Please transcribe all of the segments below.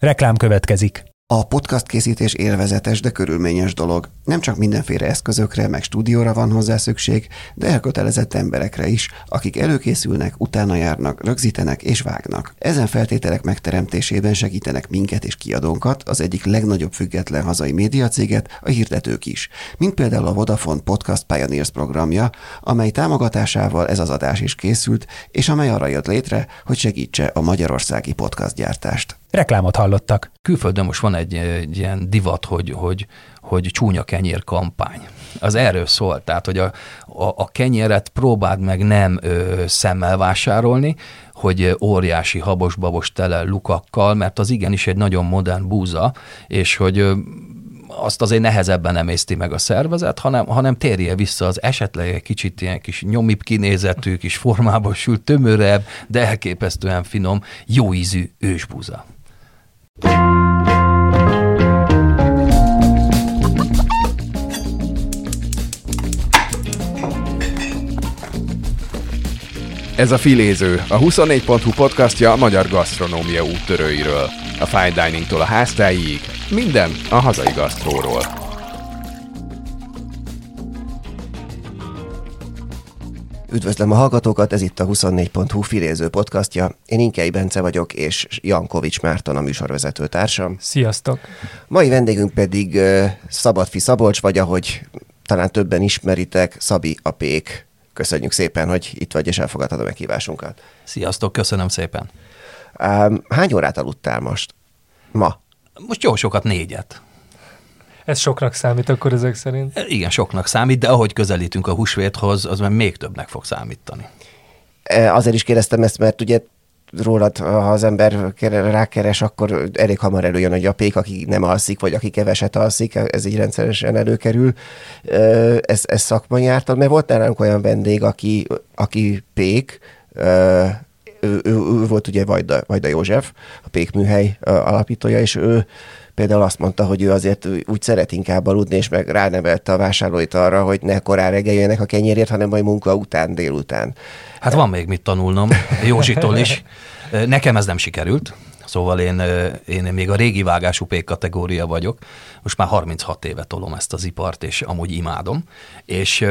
Reklám következik. A podcast készítés élvezetes, de körülményes dolog. Nem csak mindenféle eszközökre, meg stúdióra van hozzá szükség, de elkötelezett emberekre is, akik előkészülnek, utána járnak, rögzítenek és vágnak. Ezen feltételek megteremtésében segítenek minket és kiadónkat, az egyik legnagyobb független hazai médiacéget, a hirdetők is. Mint például a Vodafone Podcast Pioneers programja, amely támogatásával ez az adás is készült, és amely arra jött létre, hogy segítse a magyarországi podcastgyártást. Reklámot hallottak. Külföldön most van egy ilyen divat, hogy csúnya kenyér kampány. Az erről szól, tehát, hogy a kenyéret próbáld meg nem szemmel vásárolni, hogy óriási habos-babos tele lukakkal, mert az igenis egy nagyon modern búza, és hogy azt azért nehezebben emészti meg a szervezet, hanem térje vissza az esetleg egy kicsit ilyen kis nyomibb kinézetű, kis formába sült, tömörebb, de elképesztően finom, jó ízű ősbúza. Ez a Filéző, a 24.hu podcastja a magyar gasztronómia úttörőiről. A fine diningtól a háztáig, minden a hazai gasztróról. Üdvözlöm a hallgatókat, ez itt a 24.hu Filéző podcastja. Én Inkei Bence vagyok, és Jankovics Márton a műsorvezető társam. Sziasztok! Mai vendégünk pedig Szabadfi Szabolcs, vagy ahogy talán többen ismeritek, Szabi a Pék. Köszönjük szépen, hogy itt vagy, és elfogadtad a meghívásunkat. Sziasztok, köszönöm szépen. Hány órát aludtál ma? Most jó sokat, 4. Ez soknak számít akkor ezek szerint? Igen, soknak számít, de ahogy közelítünk a húsvéthoz, az már még többnek fog számítani. Azért is kérdeztem ezt, mert ugye rólad, ha az ember rákeres, akkor elég hamar előjön, hogy a Pék, aki nem alszik, vagy aki keveset alszik, ez így rendszeresen előkerül. Ez szakmai ártal, mert volt nálunk olyan vendég, aki Pék, ő volt ugye Vajda József, a Pék műhely alapítója, és ő például azt mondta, hogy ő azért úgy szeret inkább aludni, és meg ránevelte a vásárlóit arra, hogy ne korán reggel jöjjenek a kenyérért, hanem majd munka után, délután. Hát van még mit tanulnom, Józsitól is. Nekem ez nem sikerült, szóval én még a régi vágású Pék kategória vagyok. Most már 36 éve tolom ezt az ipart, és amúgy imádom. És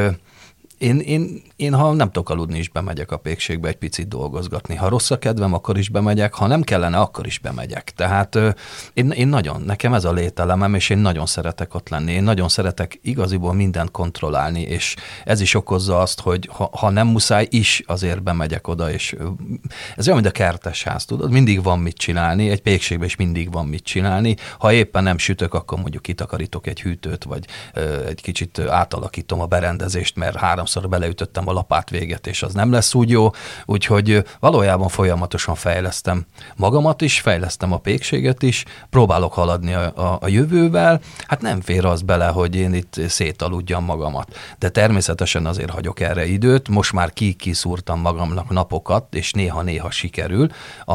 én ha nem tudok aludni, is bemegyek a pékségbe egy picit dolgozgatni. Ha rossz a kedvem, akkor is bemegyek, ha nem kellene, akkor is bemegyek. Tehát nekem ez a lételemem, és én nagyon szeretek ott lenni. Én nagyon szeretek igaziból mindent kontrollálni, és ez is okozza azt, hogy ha nem muszáj is, azért bemegyek oda, és ez olyan, mint a kertesház, tudod? Mindig van mit csinálni, egy pékségben is mindig van mit csinálni. Ha éppen nem sütök, akkor mondjuk kitakarítok egy hűtőt, vagy egy kicsit átalakítom a berendezést, mert 3-szor beleütöttem a lapát véget, és az nem lesz úgy jó, úgyhogy valójában folyamatosan fejlesztem magamat is, fejlesztem a pékséget is, próbálok haladni a jövővel, hát nem fér az bele, hogy én itt szétaludjam magamat, de természetesen azért hagyok erre időt, most már kiszúrtam magamnak napokat, és néha-néha sikerül,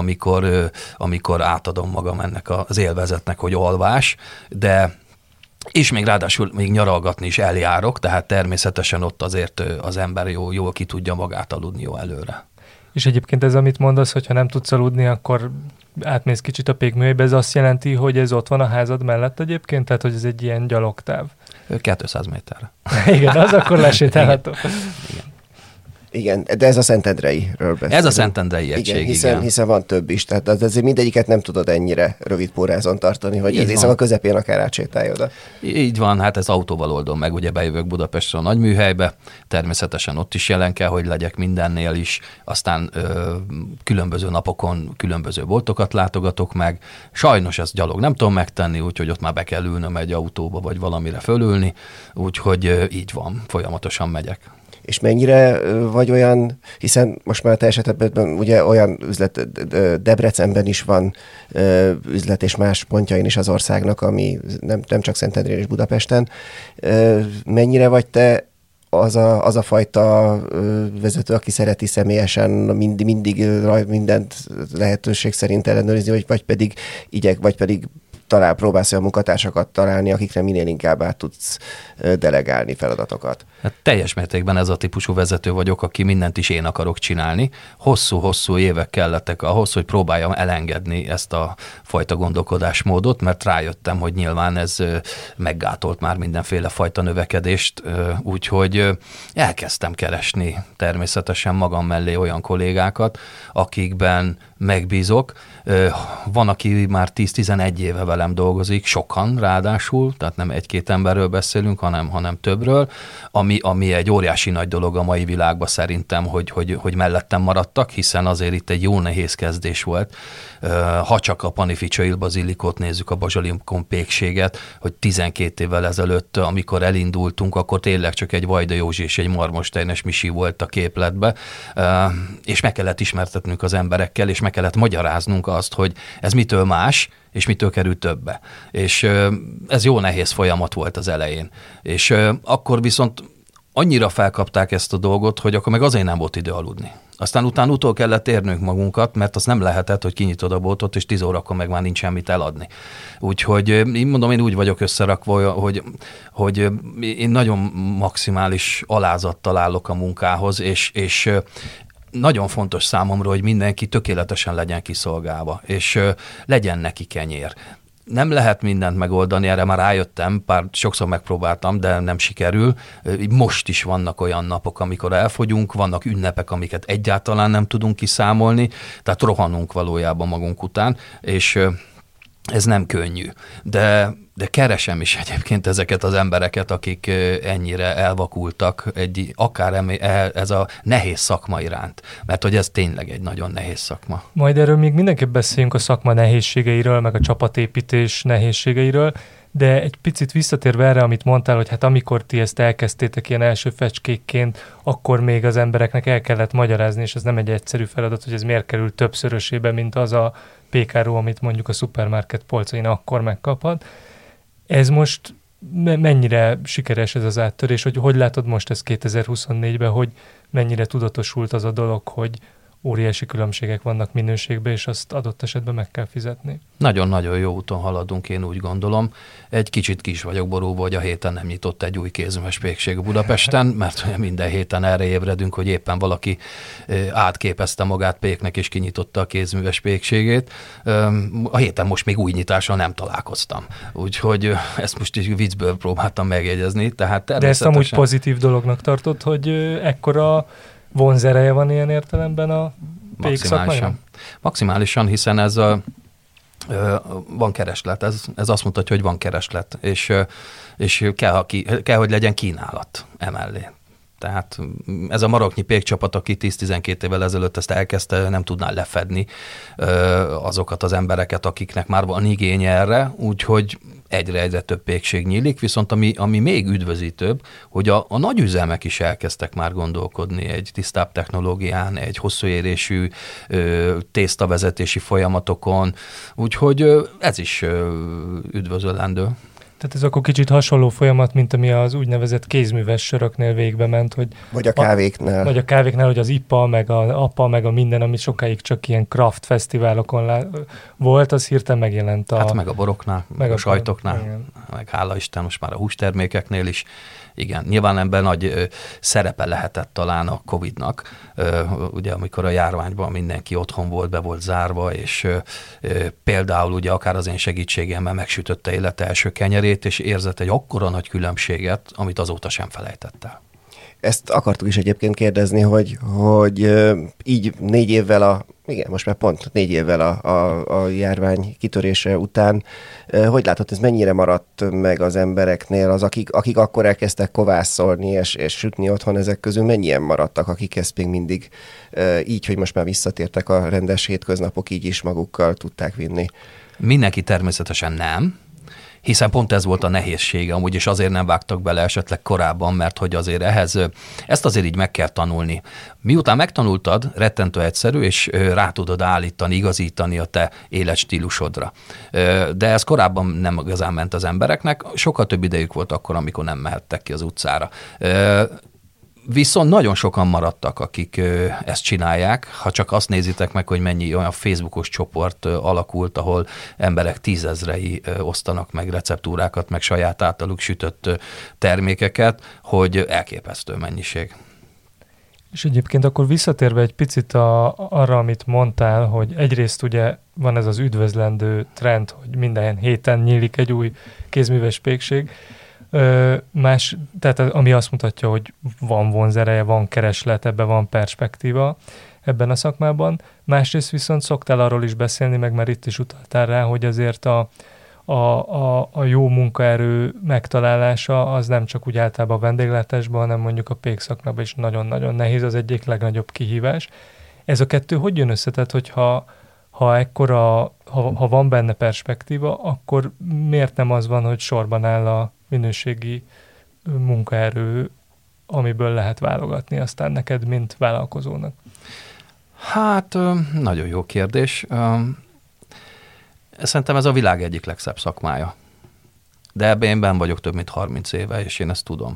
amikor átadom magam ennek az élvezetnek, hogy alvás, de és még ráadásul még nyaralgatni is eljárok, tehát természetesen ott azért az ember jól ki tudja magát aludni jó előre. És egyébként ez, amit mondasz, hogy ha nem tudsz aludni, akkor átmész kicsit a pékműhelybe, ez azt jelenti, hogy ez ott van a házad mellett egyébként? Tehát, hogy ez egy ilyen gyalogtáv? 200 méterre. Igen, az akkor lesétálható. Igen. Igen, de ez a Szentendreiről beszélünk. Ez a Szentendrei egység, igen. Hiszen van több is, tehát azért mindegyiket nem tudod ennyire rövid pórázon tartani, hogy így az éjszaka közepén akár átsétálj oda. Így van, hát ez autóval oldom meg, ugye bejövök Budapestre a nagyműhelybe, természetesen ott is jelen kell, hogy legyek mindennél is, aztán különböző napokon különböző boltokat látogatok meg, sajnos ezt gyalog nem tudom megtenni, úgyhogy ott már be kell ülnöm egy autóba, vagy valamire fölülni, úgyhogy így van, folyamatosan megyek. És mennyire vagy olyan, hiszen most már te esetben ugye olyan üzlet, Debrecenben is van üzlet, és más pontjain is az országnak, ami nem csak Szentendrén és Budapesten. Mennyire vagy te az a fajta vezető, aki szereti személyesen mindig mindent lehetőség szerint ellenőrizni, vagy pedig próbálsz olyan munkatársakat találni, akikre minél inkább át tudsz delegálni feladatokat. Hát teljes mértékben ez a típusú vezető vagyok, aki mindent is én akarok csinálni. Hosszú-hosszú évek kellettek ahhoz, hogy próbáljam elengedni ezt a fajta gondolkodásmódot, mert rájöttem, hogy nyilván ez meggátolt már mindenféle fajta növekedést, úgyhogy elkezdtem keresni természetesen magam mellé olyan kollégákat, akikben megbízok. Van, aki már 10-11 éve velem dolgozik, sokan ráadásul, tehát nem egy-két emberről beszélünk, hanem többről, ami egy óriási nagy dolog a mai világban szerintem, hogy mellettem maradtak, hiszen azért itt egy jó nehéz kezdés volt. Ha csak a Panificio Basilicót nézzük, a Basilikum pékséget, hogy 12 évvel ezelőtt, amikor elindultunk, akkor tényleg csak egy Vajda Józsi és egy Marmos-Steines Misi volt a képletbe, és meg kellett ismertetnünk az emberekkel, és meg kellett magyaráznunk azt, hogy ez mitől más, és mitől kerül többe. És ez jó nehéz folyamat volt az elején. És akkor viszont annyira felkapták ezt a dolgot, hogy akkor meg azért nem volt idő aludni. Aztán utána utol kellett érnünk magunkat, mert az nem lehetett, hogy kinyitod a boltot, és 10 órakor meg már nincs semmit eladni. Úgyhogy én úgy vagyok összerakva, hogy én nagyon maximális alázattal állok a munkához, és nagyon fontos számomra, hogy mindenki tökéletesen legyen kiszolgálva, és legyen neki kenyér. Nem lehet mindent megoldani, erre már rájöttem, sokszor megpróbáltam, de nem sikerül. Most is vannak olyan napok, amikor elfogyunk, vannak ünnepek, amiket egyáltalán nem tudunk kiszámolni, tehát rohanunk valójában magunk után, és ez nem könnyű. De keresem is egyébként ezeket az embereket, akik ennyire elvakultak akár ez a nehéz szakma iránt. Mert hogy ez tényleg egy nagyon nehéz szakma. Majd erről még mindenképp beszéljünk a szakma nehézségeiről, meg a csapatépítés nehézségeiről, de egy picit visszatérve erre, amit mondtál, hogy hát amikor ti ezt elkezdtétek ilyen első fecskékként, akkor még az embereknek el kellett magyarázni, és ez nem egy egyszerű feladat, hogy ez miért kerül többszörösébe, mint az a PKRO, amit mondjuk a szupermarket polcain akkor megkaphat. Ez most mennyire sikeres ez az áttörés, hogy látod most ezt 2024-ben, hogy mennyire tudatosult az a dolog, hogy óriási különbségek vannak minőségben, és azt adott esetben meg kell fizetni? Nagyon-nagyon jó úton haladunk, én úgy gondolom. Egy kicsit ki is vagyok borulva, hogy a héten nem nyitott egy új kézműves pékség Budapesten, mert minden héten erre ébredünk, hogy éppen valaki átképezte magát péknek, és kinyitotta a kézműves pékségét. A héten most még új nyitással nem találkoztam. Úgyhogy ezt most is viccből próbáltam megjegyezni. Tehát de ezt amúgy pozitív dolognak tartod, hogy ekkora vonzereje van ilyen értelemben a pék szakmában? Maximálisan, hiszen ez van kereslet, ez azt mutatja, hogy van kereslet, és kell, hogy legyen kínálat emellé. Tehát ez a maroknyi pékcsapat, aki 10-12 évvel ezelőtt ezt elkezdte, nem tudná lefedni azokat az embereket, akiknek már van igény erre, úgyhogy egyre több pékség nyílik, viszont ami még üdvözítőbb, hogy a nagyüzemek is elkezdtek már gondolkodni egy tisztább technológián, egy hosszúérésű tésztavezetési folyamatokon, úgyhogy ez is üdvözöllendő. Tehát ez akkor kicsit hasonló folyamat, mint ami az úgynevezett kézműves söröknél végbe ment, hogy vagy a kávéknál. Vagy a kávéknál, hogy az IPA, meg a APA, meg a minden, ami sokáig csak ilyen craft fesztiválokon volt, az hirtelen megjelent Hát meg a boroknál, meg a sajtoknál, igen. Meg hála Isten most már a hústermékeknél is. Igen, nyilván ebben nagy szerepe lehetett talán a Covid-nak, ugye amikor a járványban mindenki otthon volt, be volt zárva, és például ugye akár az én segítségemmel megsütötte élete első kenyerét, és érzett egy akkora nagy különbséget, amit azóta sem felejtett el. Ezt akartuk is egyébként kérdezni, hogy így 4 évvel most már pont 4 évvel a járvány kitörése után, hogy látod, ez mennyire maradt meg az embereknél, az akik akkor elkezdtek kovászolni és sütni otthon, ezek közül mennyien maradtak, akik ezt még mindig így, hogy most már visszatértek a rendes hétköznapok, így is magukkal tudták vinni? Mindenki természetesen nem, hiszen pont ez volt a nehézsége, amúgy is azért nem vágtak bele esetleg korábban, mert hogy azért ezt azért így meg kell tanulni. Miután megtanultad, rettentő egyszerű, és rá tudod állítani, igazítani a te életstílusodra. De ez korábban nem igazán ment az embereknek, sokkal több idejük volt akkor, amikor nem mehettek ki az utcára. Viszont nagyon sokan maradtak, akik ezt csinálják. Ha csak azt nézitek meg, hogy mennyi olyan Facebookos csoport alakult, ahol emberek 10 000-ei osztanak meg receptúrákat, meg saját általuk sütött termékeket, hogy elképesztő mennyiség. És egyébként akkor visszatérve egy picit arra, amit mondtál, hogy egyrészt ugye van ez az üdvözlendő trend, hogy minden héten nyílik egy új kézműves pékség, más, tehát ami azt mutatja, hogy van vonzereje, van kereslet, ebben van perspektíva ebben a szakmában. Másrészt viszont szoktál arról is beszélni, meg már itt is utaltál rá, hogy azért a jó munkaerő megtalálása az nem csak úgy általában a vendéglátásban, hanem mondjuk a pékszakmában is nagyon-nagyon nehéz, az egyik legnagyobb kihívás. Ez a kettő hogy jön össze? Tehát, hogyha ha van benne perspektíva, akkor miért nem az van, hogy sorban áll a minőségi munkaerő, amiből lehet válogatni aztán neked, mint vállalkozónak? Hát, nagyon jó kérdés. Szerintem ez a világ egyik legszebb szakmája. De ebben én benn vagyok több mint 30 éve, és én ezt tudom.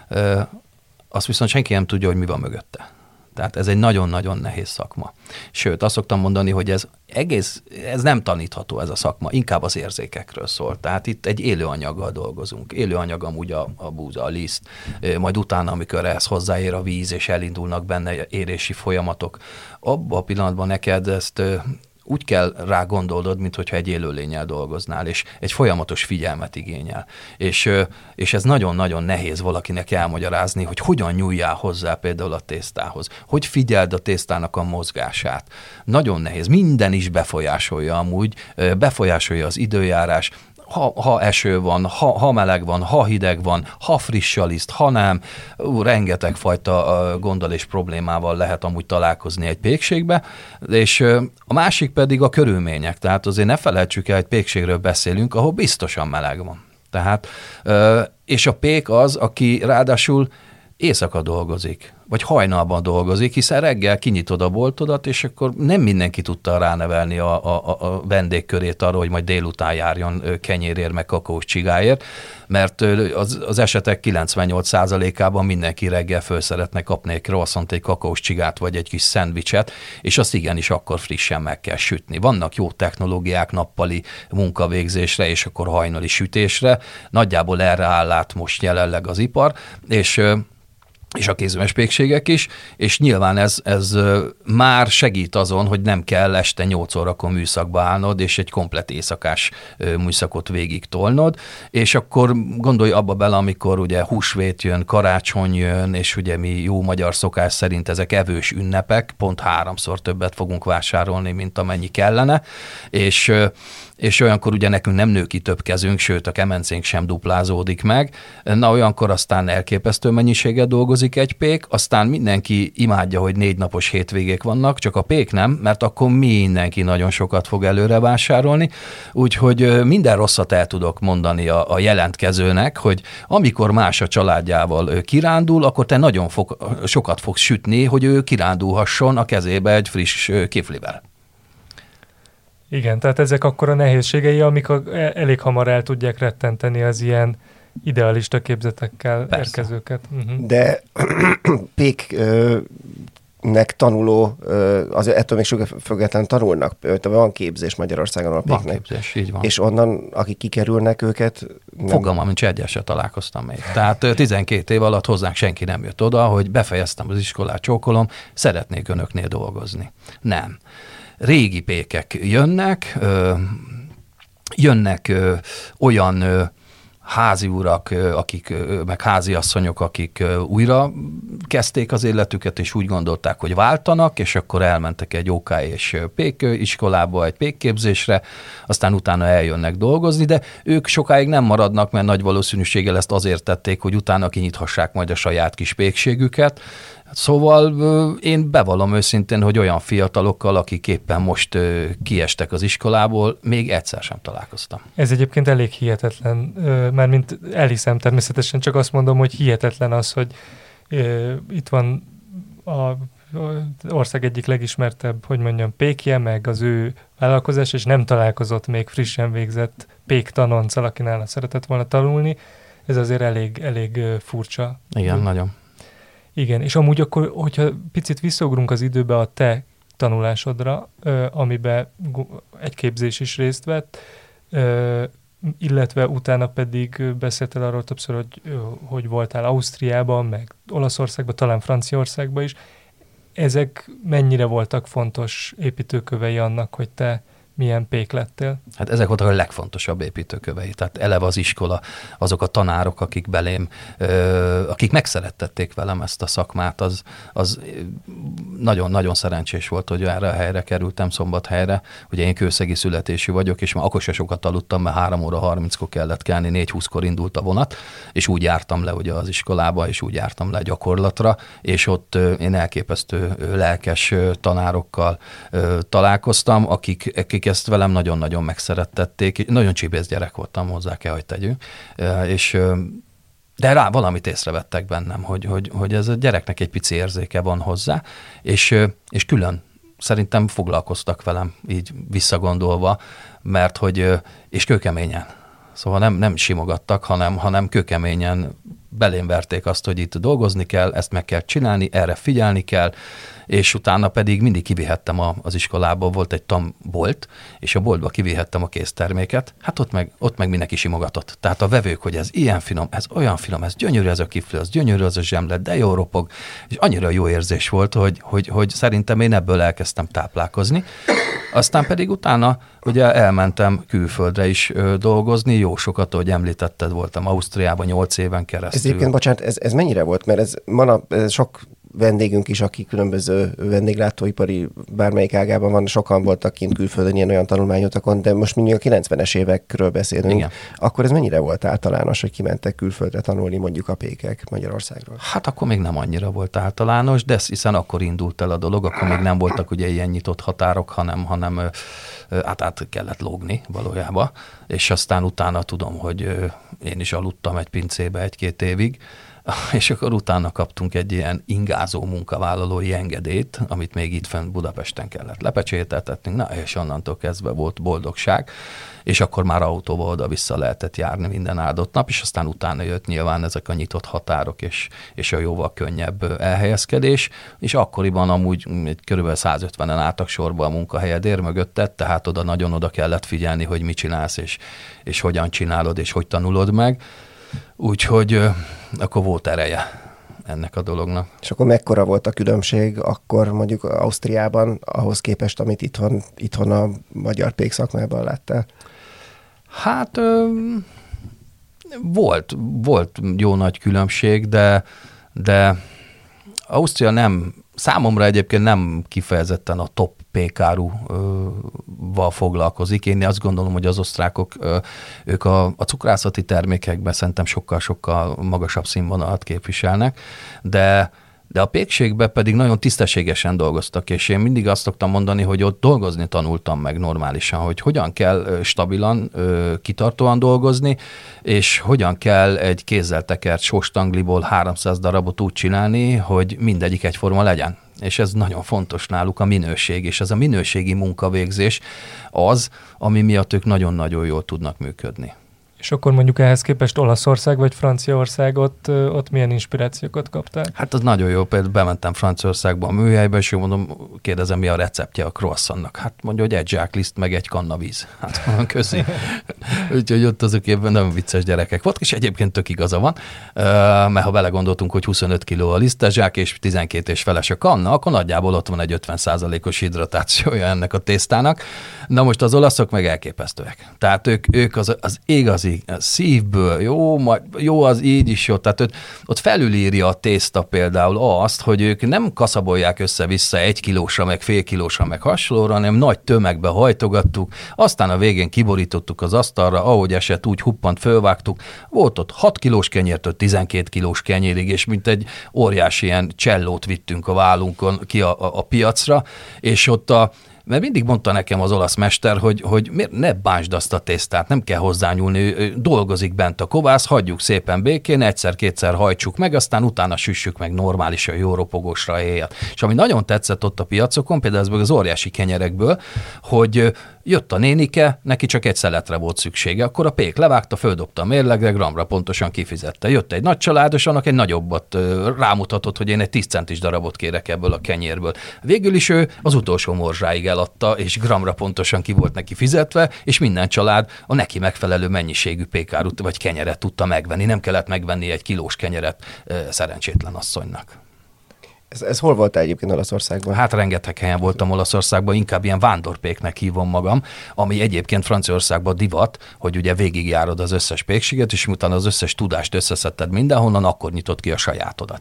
Azt viszont senki nem tudja, hogy mi van mögötte. Tehát ez egy nagyon-nagyon nehéz szakma. Sőt, azt szoktam mondani, hogy ez nem tanítható ez a szakma, inkább az érzékekről szól. Tehát itt egy élőanyaggal dolgozunk. Élőanyag amúgy a búza, a liszt, majd utána, amikor ehhez hozzáér a víz, és elindulnak benne érési folyamatok, abban a pillanatban neked ezt úgy kell rá gondolnod, mintha egy élőlénnyel dolgoznál, és egy folyamatos figyelmet igényel. És ez nagyon-nagyon nehéz valakinek elmagyarázni, hogy hogyan nyúljál hozzá például a tésztához, hogy figyeld a tésztának a mozgását. Nagyon nehéz. Minden is befolyásolja amúgy, befolyásolja az időjárás, ha eső van, ha meleg van, ha hideg van, ha friss a liszt, ha nem, rengeteg fajta gonddal és problémával lehet amúgy találkozni egy pékségbe, és a másik pedig a körülmények, tehát azért ne felejtsük el, egy pékségről beszélünk, ahol biztosan meleg van. Tehát, és a pék az, aki ráadásul éjszaka dolgozik, vagy hajnalban dolgozik, hiszen reggel kinyitod a boltodat, és akkor nem mindenki tudta ránevelni a vendégkörét arra, hogy majd délután járjon kenyérért, meg kakaós csigáért, mert az esetek 98%-ában mindenki reggel föl szeretne kapni egy croissant, egy kakaós csigát, vagy egy kis szendvicset, és azt igenis akkor frissen meg kell sütni. Vannak jó technológiák nappali munkavégzésre, és akkor hajnali sütésre. Nagyjából erre áll át most jelenleg az ipar, és a kézműves pékségek is, és nyilván ez már segít azon, hogy nem kell este 8 órakor műszakba állnod, és egy komplett éjszakás műszakot végig tolnod, és akkor gondolj abba bele, amikor ugye húsvét jön, karácsony jön, és ugye mi jó magyar szokás szerint ezek evős ünnepek, pont 3-szor többet fogunk vásárolni, mint amennyi kellene, és olyankor ugye nekünk nem nő ki több kezünk, sőt a kemencénk sem duplázódik meg. Na olyankor aztán elképesztő mennyiséggel dolgozik egy pék, aztán mindenki imádja, hogy 4 napos hétvégék vannak, csak a pék nem, mert akkor mindenki nagyon sokat fog előre vásárolni. Úgyhogy minden rosszat el tudok mondani a jelentkezőnek, hogy amikor más a családjával kirándul, akkor te nagyon sokat fogsz sütni, hogy ő kirándulhasson a kezébe egy friss kiflivel. Igen, tehát ezek akkor a nehézségei, amik elég hamar el tudják rettenteni az ilyen idealista képzetekkel érkezőket. Uh-huh. De péknek tanuló, az ettől még függetlenül tanulnak. Van képzés Magyarországon a péknek. Van képzés, így van. És onnan, akik kikerülnek őket... Fogalmam, mint egyel se találkoztam még. Tehát 12 év alatt hozzánk senki nem jött oda, hogy befejeztem az iskolát, csókolom, szeretnék önöknél dolgozni. Nem. Régi pékek jönnek olyan házi urak, meg háziasszonyok, akik újra kezdték az életüket, és úgy gondolták, hogy váltanak, és akkor elmentek egy OK és pék iskolába, egy pékképzésre, aztán utána eljönnek dolgozni, de ők sokáig nem maradnak, mert nagy valószínűséggel ezt azért tették, hogy utána kinyithassák majd a saját kis pékségüket. Szóval én bevallom őszintén, hogy olyan fiatalokkal, akik éppen most kiestek az iskolából, még egyszer sem találkoztam. Ez egyébként elég hihetetlen, mármint elhiszem természetesen, csak azt mondom, hogy hihetetlen az, hogy itt van az ország egyik legismertebb, hogy mondjam, pékje, meg az ő vállalkozás, és nem találkozott még frissen végzett péktanonccal, aki nála szeretett volna tanulni. Ez azért elég furcsa. Igen, nagyon. Igen, és amúgy akkor, hogyha picit visszaugrunk az időbe a te tanulásodra, amiben egy képzés is részt vett, illetve utána pedig beszéltél arról többször, hogy voltál Ausztriában, meg Olaszországban, talán Franciaországban is. Ezek mennyire voltak fontos építőkövei annak, hogy te milyen pék lettél? Hát ezek voltak a legfontosabb építőkövei. Tehát eleve az iskola, azok a tanárok, akik belém, akik megszerettették velem ezt a szakmát, az nagyon-nagyon szerencsés volt, hogy erre a helyre kerültem, Szombathelyre. Ugye én kőszegi születésű vagyok, és már akkor se sokat aludtam, mert 3 óra 30-kor kellett kelni, 4:20-kor indult a vonat, és úgy jártam le ugye az iskolába, és úgy jártam le gyakorlatra, és ott én elképesztő lelkes tanárokkal találkoztam, akik ezt velem nagyon-nagyon megszerettették. Nagyon csibész gyerek voltam, hozzá kell, hogy tegyünk. De rá valamit észrevettek bennem, hogy ez a gyereknek egy pici érzéke van hozzá, és külön szerintem foglalkoztak velem, így visszagondolva, mert és kőkeményen. Szóval nem simogattak, hanem kőkeményen belém verték azt, hogy itt dolgozni kell, ezt meg kell csinálni, erre figyelni kell, és utána pedig mindig kivihettem az iskolából, volt egy tanbolt, és a boltba kivihettem a készterméket, hát ott meg mindenki simogatott. Tehát a vevők, hogy ez ilyen finom, ez olyan finom, ez gyönyörű ez a kifli, ez gyönyörű az a zsemle, de jó ropog, és annyira jó érzés volt, hogy szerintem én ebből elkezdtem táplálkozni. Aztán pedig utána ugye elmentem külföldre is dolgozni, jó sokat, ahogy említetted, voltam Ausztriában 8 éven keresztül. Ez egyébként, bocsánat, ez mennyire volt? Mert ez sok vendégünk is, aki különböző vendéglátóipari bármelyik ágában van, sokan voltak kint külföldön ilyen-olyan tanulmányutakon, de most mindig a 90-es évekről beszélünk. Igen. Akkor ez mennyire volt általános, hogy kimentek külföldre tanulni mondjuk a pékek Magyarországról? Hát akkor még nem annyira volt általános, de hiszen akkor indult el a dolog, akkor még nem voltak ugye ilyen nyitott határok, hanem át kellett lógni valójában, és aztán utána tudom, hogy én is aludtam egy pincébe 1-2 évig, és akkor utána kaptunk egy ilyen ingázó munkavállalói engedélyt, amit még itt fenn Budapesten kellett lepecsételtetnünk, na és onnantól kezdve volt boldogság, és akkor már autóval oda-vissza lehetett járni minden áldott nap, és aztán utána jött nyilván ezek a nyitott határok, és a jóval könnyebb elhelyezkedés, és akkoriban amúgy kb. 150-en álltak sorba a munkahelyedért mögötted, tehát nagyon oda kellett figyelni, hogy mit csinálsz, és hogyan csinálod, és hogy tanulod meg. Úgyhogy akkor volt ereje ennek a dolognak. És akkor mekkora volt a különbség akkor mondjuk Ausztriában ahhoz képest, amit itthon a magyar pék szakmában láttál? Hát volt jó nagy különbség, de Ausztria számomra egyébként nem kifejezetten a top pékáruval foglalkozik. Én azt gondolom, hogy az osztrákok, ők a cukrászati termékekben szerintem sokkal-sokkal magasabb színvonalat képviselnek, de a pékségben pedig nagyon tisztességesen dolgoztak, és én mindig azt szoktam mondani, hogy ott dolgozni tanultam meg normálisan, hogy hogyan kell stabilan, kitartóan dolgozni, és hogyan kell egy kézzel tekert sóstangliból 300 darabot úgy csinálni, hogy mindegyik egyforma legyen. És ez nagyon fontos náluk, a minőség, és ez a minőségi munkavégzés az, ami miatt ők nagyon-nagyon jól tudnak működni. És akkor mondjuk ehhez képest Olaszország vagy Franciaország, ott milyen inspirációkat kaptál? Hát az nagyon jó, például bementem Franciaországba a műhelybe, és mondom, kérdezem, mi a receptje a croissantnak. Hát mondja, hogy egy zsákliszt, meg egy kanna víz. Hát mondom, köszi. Úgyhogy ott azok évben nagyon vicces gyerekek voltak, és egyébként tök igaza van, mert ha belegondoltunk, hogy 25 kiló a lisztezsák, és 12 és feles a kanna, akkor nagyjából ott van egy 50%-os hidratációja ennek a tésztának. Na most az olaszok meg elképesztőek. Tehát ők az igazi szívből, jó az így is jó, tehát ott felülírja a tészta például azt, hogy ők nem kaszabolják össze-vissza 1 kilósra, meg fél kilósra, meg hasonlóra, hanem nagy tömegbe hajtogattuk, aztán a végén kiborítottuk az asztalra, ahogy esett, úgy huppant, fölvágtuk. Volt ott 6 kilós kenyértől 12 kilós kenyérig, és mint egy óriási ilyen csellót vittünk a vállunkon ki a piacra, és ott Mert mindig mondta nekem az olasz mester, hogy miért ne bántsd azt a tésztát, nem kell hozzányúlni, dolgozik bent a kovász, hagyjuk szépen békén, egyszer-kétszer hajtsuk meg, aztán utána süssük meg normálisan, jó ropogósra éjjel. És ami nagyon tetszett ott a piacokon, például az óriási kenyerekből, hogy jött a nénike, neki csak egy szeletre volt szüksége, akkor a pék levágta, földobta a mérlegre, gramra pontosan kifizette. Jött egy nagy családos, annak egy nagyobbat rámutatott, hogy én egy 10 centis darabot kérek ebből a kenyérből. Végül is ő az utolsó morzsáig eladta, és gramra pontosan ki volt neki fizetve, és minden család a neki megfelelő mennyiségű pékárut vagy kenyeret tudta megvenni. Nem kellett megvenni egy kilós kenyeret szerencsétlen asszonynak. Ez hol voltál egyébként Olaszországban? Hát rengeteg helyen voltam Olaszországban, inkább ilyen vándorpéknek hívom magam, ami egyébként Franciaországban divat, hogy ugye végigjárod az összes pékséget, és utána az összes tudást összeszedted mindenhonnan, akkor nyitott ki a sajátodat.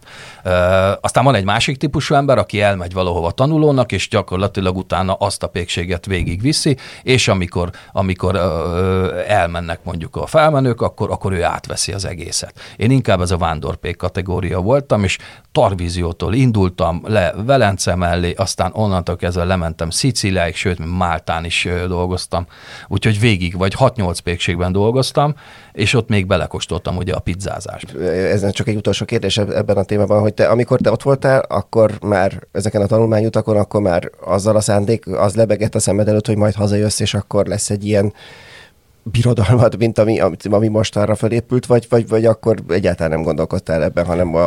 Aztán van egy másik típusú ember, aki elmegy valahova tanulónak, és gyakorlatilag utána azt a pékséget végigviszi, és amikor elmennek mondjuk a felmenők, akkor ő átveszi az egészet. Én inkább ez a vándorpék kategória voltam, és Tarvíziótól indultam le Velence mellé, aztán onnantól kezdve lementem Szicíliáig, sőt, Máltán is dolgoztam. Úgyhogy végig, vagy 6-8 pékségben dolgoztam, és ott még belekóstoltam ugye a pizzázást. Ez csak egy utolsó kérdés ebben a témában, hogy amikor te ott voltál, akkor már ezeken a tanulmányutakon, akkor már azzal a szándék, az lebegett a szemed előtt, hogy majd hazajössz, és akkor lesz egy ilyen birodalmat, mint ami most arra felépült, vagy akkor egyáltalán nem gondolkodtál ebben, hanem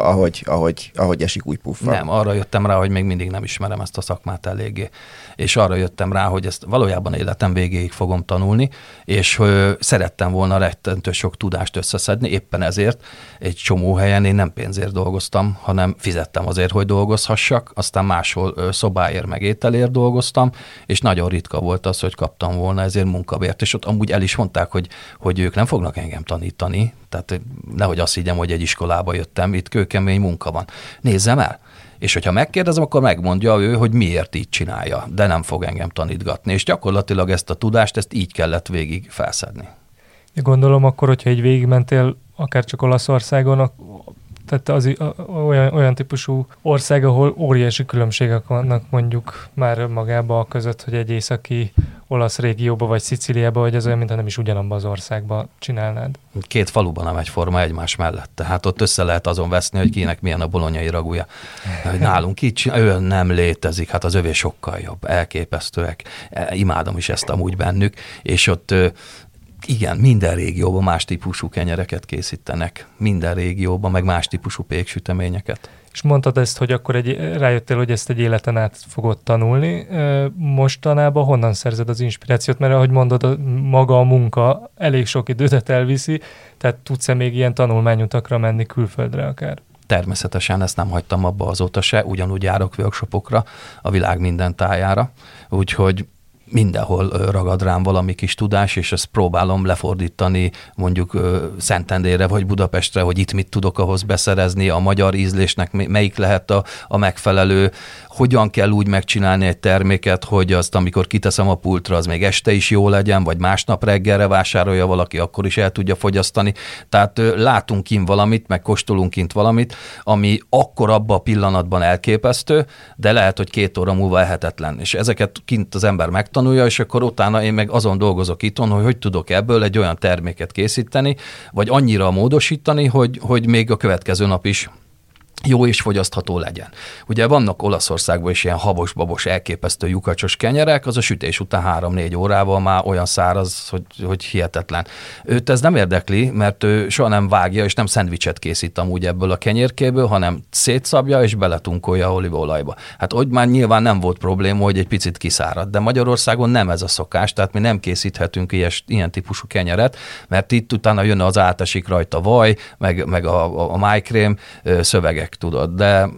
ahogy esik úgy puffa? Nem, arra jöttem rá, hogy még mindig nem ismerem ezt a szakmát eléggé. És arra jöttem rá, hogy ezt valójában életem végéig fogom tanulni, és szerettem volna rettentő sok tudást összeszedni, éppen ezért egy csomó helyen én nem pénzért dolgoztam, hanem fizettem azért, hogy dolgozhassak, aztán máshol szobáért meg ételért dolgoztam, és nagyon ritka volt az, hogy kaptam volna ezért munkabért, és ott amúgy el is mondták, hogy ők nem fognak engem tanítani, tehát nehogy azt higgyem, hogy egy iskolába jöttem, itt kőkemény munka van. Nézzem el! És hogyha megkérdezem, akkor megmondja ő, hogy miért így csinálja, de nem fog engem tanítgatni. És gyakorlatilag ezt a tudást, ezt így kellett végig felszedni. Gondolom akkor, hogyha így végigmentél akár csak Olaszországon, tehát olyan típusú ország, ahol óriási különbségek vannak mondjuk már magában között, hogy egy északi olasz régióba vagy Szicíliába, vagy ez olyan, mintha nem is ugyanabban az országban csinálnád. 2 faluban nem egyforma egymás mellett. Tehát ott össze lehet azon veszni, hogy kinek milyen a bolonyai ragúja. Nálunk így ő nem létezik, hát az övé sokkal jobb, elképesztőek. Imádom is ezt amúgy bennük, és ott igen, minden régióban más típusú kenyereket készítenek. Minden régióban, meg más típusú péksüteményeket. És mondtad ezt, hogy akkor rájöttél, hogy ezt egy életen át fogod tanulni. Mostanában honnan szerzed az inspirációt? Mert ahogy mondod, maga a munka elég sok időt elviszi, tehát tudsz-e még ilyen tanulmányutakra menni külföldre akár? Természetesen ezt nem hagytam abba azóta se, ugyanúgy járok workshopokra a világ minden tájára, úgyhogy mindenhol ragad rám valami kis tudás, és ezt próbálom lefordítani mondjuk Szentendrére vagy Budapestre, hogy itt mit tudok ahhoz beszerezni, a magyar ízlésnek melyik lehet a megfelelő, hogyan kell úgy megcsinálni egy terméket, hogy azt, amikor kiteszem a pultra, az még este is jó legyen, vagy másnap reggelre vásárolja valaki, akkor is el tudja fogyasztani. Tehát látunk kint valamit, meg kóstolunk kint valamit, ami akkor abban a pillanatban elképesztő, de lehet, hogy 2 óra múlva ehetetlen. És ezeket kint az ember megtanulja, és akkor utána én meg azon dolgozok itthon, hogy tudok ebből egy olyan terméket készíteni, vagy annyira módosítani, hogy még a következő nap is jó és fogyasztható legyen. Ugye vannak Olaszországban is ilyen habos-babos, elképesztő lyukacsos kenyerek, az a sütés után 3-4 órával már olyan száraz, hogy hihetetlen. Őt ez nem érdekli, mert ő soha nem vágja, és nem szendvicset készít amúgy ebből a kenyérkéből, hanem szétszabja és beletunkolja olívaolajba. Hát hogy már nyilván nem volt probléma, hogy egy picit kiszárad, de Magyarországon nem ez a szokás, tehát mi nem készíthetünk ilyen típusú kenyeret, mert itt utána jön az átesik rajta vaj, meg a májkrém szövegek, tudod, de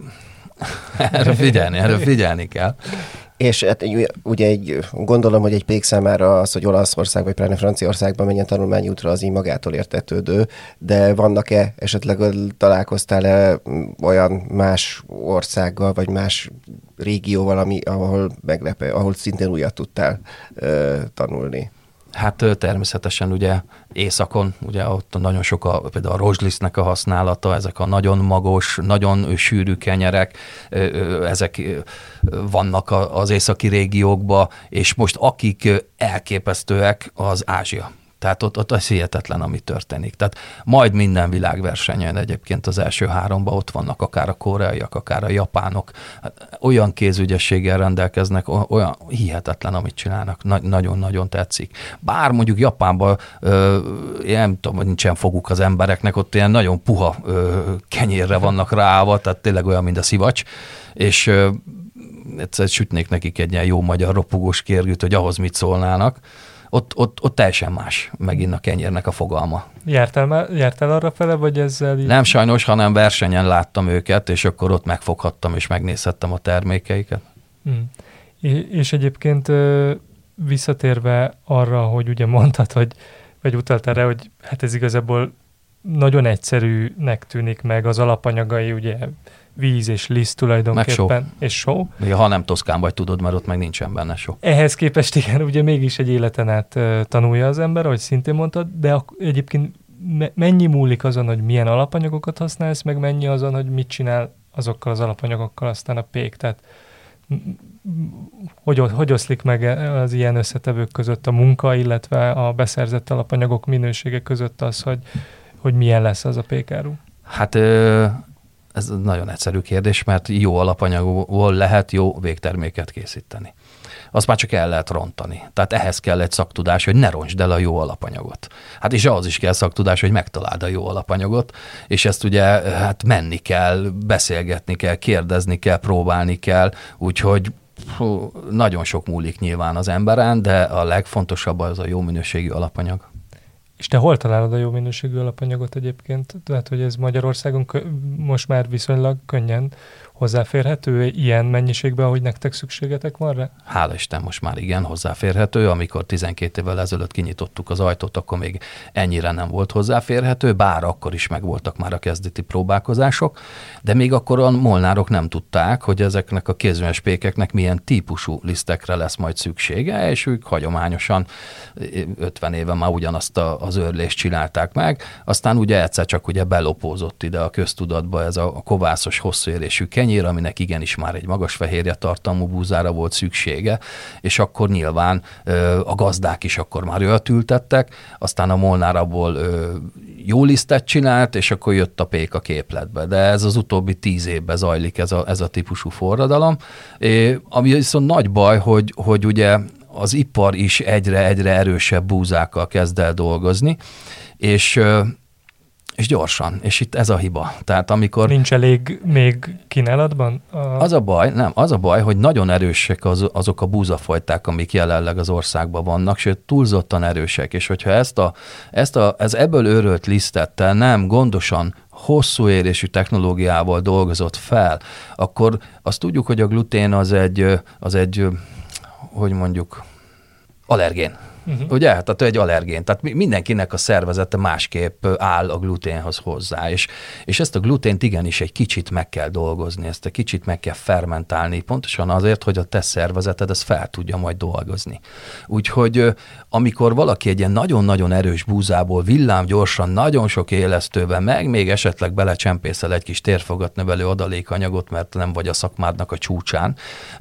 erre figyelni kell. És hát ugye gondolom, hogy egy pék számára az, hogy Olaszország vagy pláne Franciaországban menjen tanulmányútra, az így magától értetődő, de vannak-e, esetleg találkoztál-e olyan más országgal, vagy más régióval, ahol szintén újat tudtál tanulni? Hát természetesen ugye északon, ugye ott nagyon sok például a rozslisztnek a használata, ezek a nagyon magos, nagyon sűrű kenyerek, ezek vannak az északi régiókban, és most akik elképesztőek, az Ázsia. Tehát ott az hihetetlen, ami történik. Tehát majd minden világversenyen egyébként az első 3-ban ott vannak akár a koreaiak, akár a japánok. Olyan kézügyességgel rendelkeznek, olyan hihetetlen, amit csinálnak. Nagyon-nagyon tetszik. Bár mondjuk Japánban nem tudom, hogy nincsen foguk az embereknek, ott ilyen nagyon puha kenyérre vannak ráállva, tehát tényleg olyan, mint a szivacs, és egyszer sütnék nekik egy ilyen jó magyar ropogós kérgűt, hogy ahhoz mit szólnának. Ott teljesen más megint a kenyérnek a fogalma. Jártál arra fele, vagy ezzel? Nem sajnos, hanem versenyen láttam őket, és akkor ott megfoghattam, és megnézhettem a termékeiket. És egyébként visszatérve arra, hogy ugye mondtad, vagy utaltál rá, hogy hát ez igazából nagyon egyszerűnek tűnik meg az alapanyagai, ugye víz és liszt tulajdonképpen. És só. Még ha nem Toszkán vagy, tudod, mert ott meg nincsen benne só. Ehhez képest igen, ugye mégis egy életen át tanulja az ember, ahogy szintén mondtad, de egyébként mennyi múlik azon, hogy milyen alapanyagokat használsz, meg mennyi azon, hogy mit csinál azokkal az alapanyagokkal aztán a pék. Tehát hogy oszlik meg az ilyen összetevők között a munka, illetve a beszerzett alapanyagok minősége között az, hogy milyen lesz az a pékáru? Hát ez nagyon egyszerű kérdés, mert jó alapanyagból lehet jó végterméket készíteni. Azt már csak el lehet rontani. Tehát ehhez kell egy szaktudás, hogy ne rontsd el a jó alapanyagot. Hát és ahhoz is kell szaktudás, hogy megtaláld a jó alapanyagot, és ezt ugye hát menni kell, beszélgetni kell, kérdezni kell, próbálni kell, úgyhogy nagyon sok múlik nyilván az emberen, de a legfontosabb az a jó minőségű alapanyag. És te hol találod a jó minőségű alapanyagot egyébként? Tehát, hogy ez Magyarországon most már viszonylag könnyen hozzáférhető ilyen mennyiségben, ahogy nektek szükségetek van rá? Hála Isten, most már igen, hozzáférhető. Amikor 12 évvel ezelőtt kinyitottuk az ajtót, akkor még ennyire nem volt hozzáférhető, bár akkor is megvoltak már a kezdeti próbálkozások, de még akkor a molnárok nem tudták, hogy ezeknek a kézműves pékeknek milyen típusú lisztekre lesz majd szüksége, és ők hagyományosan 50 éve már ugyanazt az őrlést csinálták meg, aztán ugye egyszer csak ugye belopózott ide a köztudatba ez a kovászos, hosszú érésű kenyér, aminek igenis már egy magas fehérje tartalmú búzára volt szüksége, és akkor nyilván a gazdák is akkor már olyat ültettek, aztán a molnár abból jó lisztet csinált, és akkor jött a pék a képletbe. De ez az utóbbi 10 évben zajlik ez a típusú forradalom, ami viszont nagy baj, hogy ugye az ipar is egyre erősebb búzákkal kezd el dolgozni, és gyorsan, és itt ez a hiba. Tehát amikor... Nincs elég még kínálatban? Az a baj, hogy nagyon erősek azok a búzafajták, amik jelenleg az országban vannak, sőt túlzottan erősek, és hogyha ez ebből őrölt lisztettel nem gondosan hosszú érésű technológiával dolgozott fel, akkor azt tudjuk, hogy a glutén az egy hogy mondjuk, allergén. Ugye? Tehát egy allergén. Tehát mindenkinek a szervezete másképp áll a gluténhoz hozzá, és ezt a glutént igenis egy kicsit meg kell dolgozni, ezt egy kicsit meg kell fermentálni, pontosan azért, hogy a te szervezeted ezt fel tudja majd dolgozni. Úgyhogy amikor valaki egy ilyen nagyon-nagyon erős búzából villámgyorsan, nagyon sok élesztőben, meg még esetleg belecsempészel egy kis térfogatnövelő adalékanyagot, mert nem vagy a szakmádnak a csúcsán,